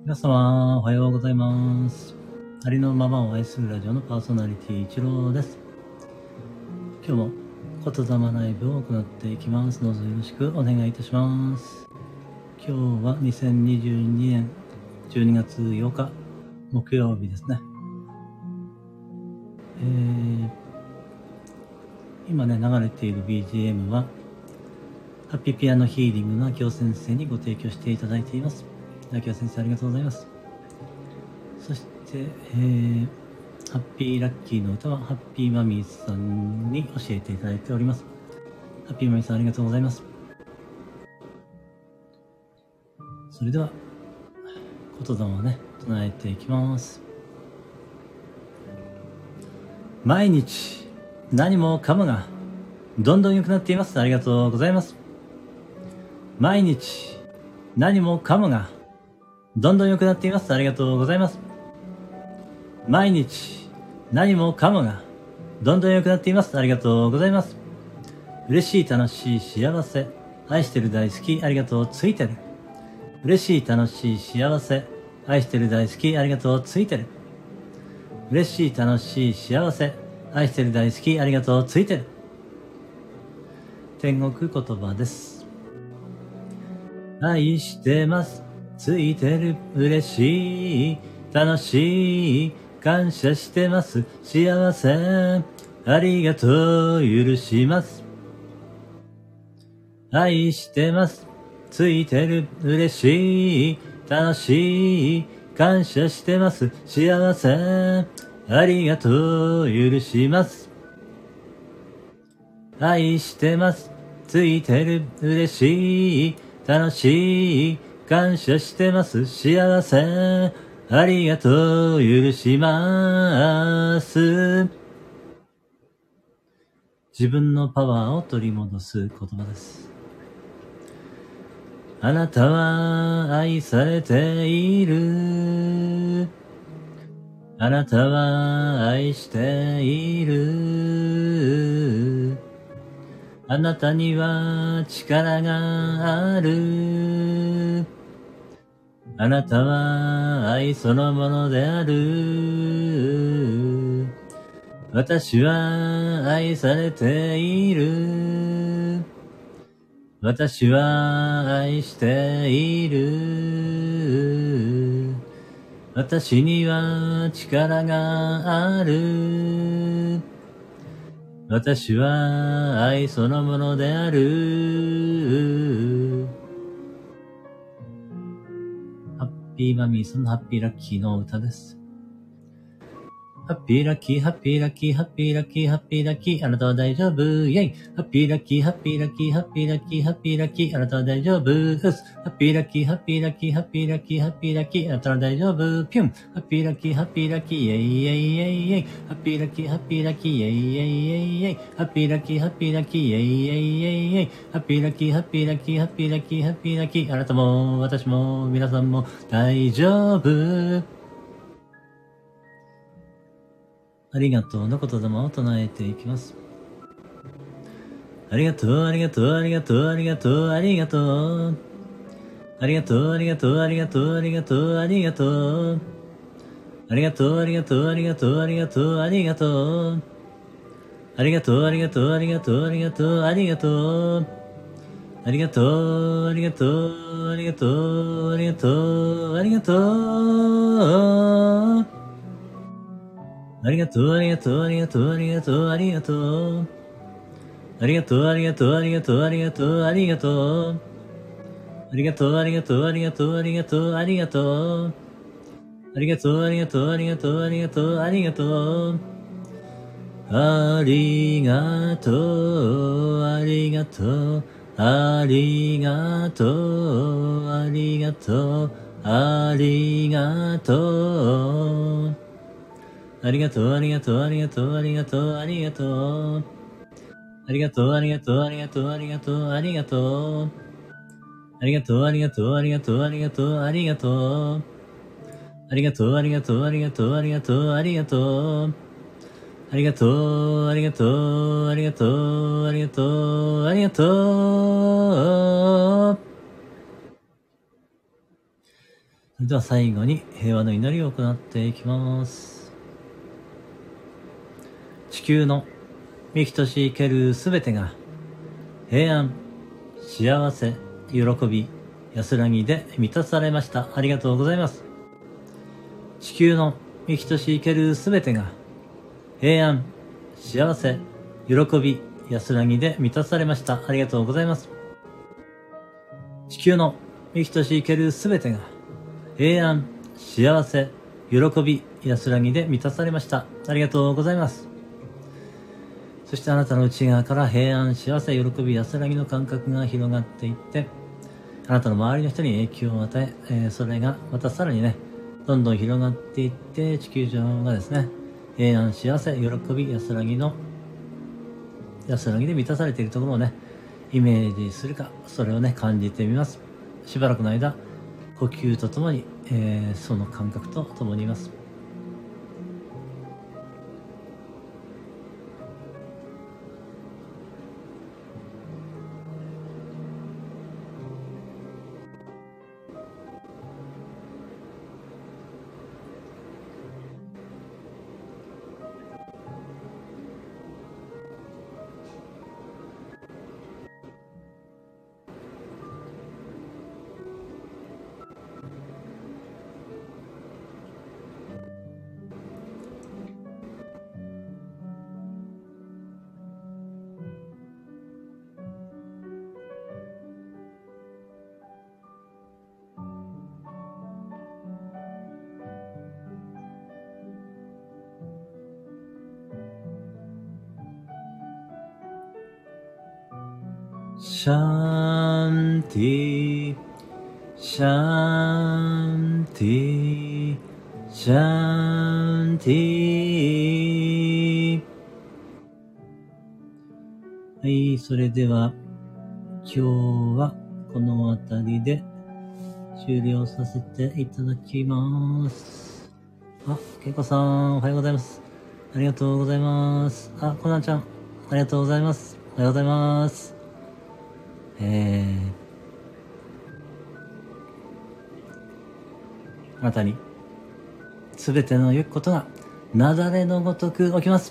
皆様、おはようございます。ありのままを愛するラジオのパーソナリティ一郎です。今日も言霊ライブを行っていきます。どうぞよろしくお願いいたします。今日は2022年12月8日木曜日ですね。今ね流れている BGM はハッピーピアノヒーリングの秋尾先生にご提供していただいています。秋尾先生ありがとうございます。そして、ハッピーラッキーの歌はハッピーマミーさんに教えていただいております。ハッピーマミーさんありがとうございます。それでは言霊をね唱えていきます。毎日何もかもがどんどん良くなっています。ありがとうございます。毎日何もかもがどんどん良くなっています。ありがとうございます。毎日何もかもがどんどん良くなっています。ありがとうございます。嬉しい、楽しい、幸せ、愛してる、大好き、ありがとう、ついてる。嬉しい、楽しい、幸せ、愛してる、大好き、ありがとう、ついてる。嬉しい、楽しい、幸せ、愛してる、大好き、ありがとう、ついてる。天国言葉です。愛してます、ついてる、嬉しい、楽しい、感謝してます、幸せ、ありがとう、許します。愛してます、ついてる、嬉しい、楽しい、感謝してます、幸せ、ありがとう、許します。愛してます、ついてる、嬉しい、楽しい、感謝してます、幸せ、ありがとう、許します。自分のパワーを取り戻す言葉です。あなたは愛されている。あなたは愛している。あなたには力がある。あなたは愛そのものである。私は愛されている。私は愛している。私には力がある。私は愛そのものである。ハッピーマミーさんのハッピーラッキーの歌です。ハッピーラッキー、ハッピーラッキー、ハッピーラッキー、ハッピーラッキー、あなたは大丈夫、イェイ。ハッピーラッキー、ハッピーラッキー、ハッピーラッキー、ハッピーラッキー、あなたは大丈夫、うす。ハッピーラッキー、ハッピーラッキー、ハッピーラッキー、ハッピーラッキー、あなたは大丈夫、ピュン。ハッピーラッキー、ハッピーラッキー、イェイイェイイェイイェイ。ハッピーラッキー、ハッピーラッキー、イェイイェイイェイイェイ。ハッピーラッキー、ハッピーラッキー、イェイイェイイェイイェイ。ハッピーラッキー、ハッピーラッキー、ハッピーラッキー、ハッピーラッキー、あなたも、私も、皆さんも大丈夫。ありがとうの言霊を唱えていきます。ありがとう、ありがとう、ありがとう、ありがとう、ありがとう。ありがとう、ありがとう、ありがとう、ありがとう、ありがとう。ありがとう、ありがとう、ありがとう、ありがとう、ありがとう。ありがとう、ありがとう、ありがとう、ありがとう、ありがとう。ありがとう、ありがとう、ありがとう、ありがとう、ありがとう。ありがとう、ありがとう、ありがとう、ありがとう、ありがとう。ありがとう、ありがとう、ありがとう、ありがとう、ありがとう。ありがとう、ありがとう、ありがとう、ありがとう、ありがとう。ありがとう、ありがとう、ありがとう、ありがとう、ありがとう。ありがとう、ありがとう、ありがとう、ありがとう、ありがとう。ありがとう、ありがとう、ありがとう、ありがとう、ありがとう。ありがとう、ありがとう、ありがとう、ありがとう、ありがとう。ありがとう、ありがとう、ありがとう、ありがとう、ありがとう。ありがとう、ありがとう、ありがとう、ありがとう、ありがとう。ありがとう、ありがとう、ありがとう、ありがとう、ありがとう。あれでは最後に平和の祈りを行っていきます。地球の生きとし生けるすべてが平安、幸せ、喜び、安らぎで満たされました。ありがとうございます。地球の生きとし生けるすべてが平安、幸せ、喜び、安らぎで満たされました。ありがとうございます。地球の生きとし生けるすべてが平安、幸せ、喜び、安らぎで満たされました。ありがとうございます。そしてあなたの内側から平安、幸せ、喜び、安らぎの感覚が広がっていって、あなたの周りの人に影響を与え、それがまたさらにね、どんどん広がっていって、地球上がですね、平安、幸せ、喜び、安らぎで満たされているところをね、イメージするか、それをね、感じてみます。しばらくの間、呼吸とともに、その感覚とともにいます。シャンティ、シャンティ、シャンティ。はい、それでは今日はこの辺りで終了させていただきます。あ、けいこさんおはようございます。ありがとうございます。あ、コナンちゃんありがとうございます。おはようございます。あなたにすべての良きことが雪崩のごとく起きます。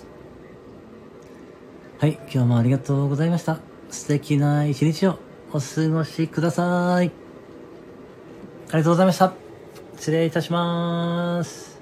はい、今日もありがとうございました。素敵な一日をお過ごしください。ありがとうございました。失礼いたします。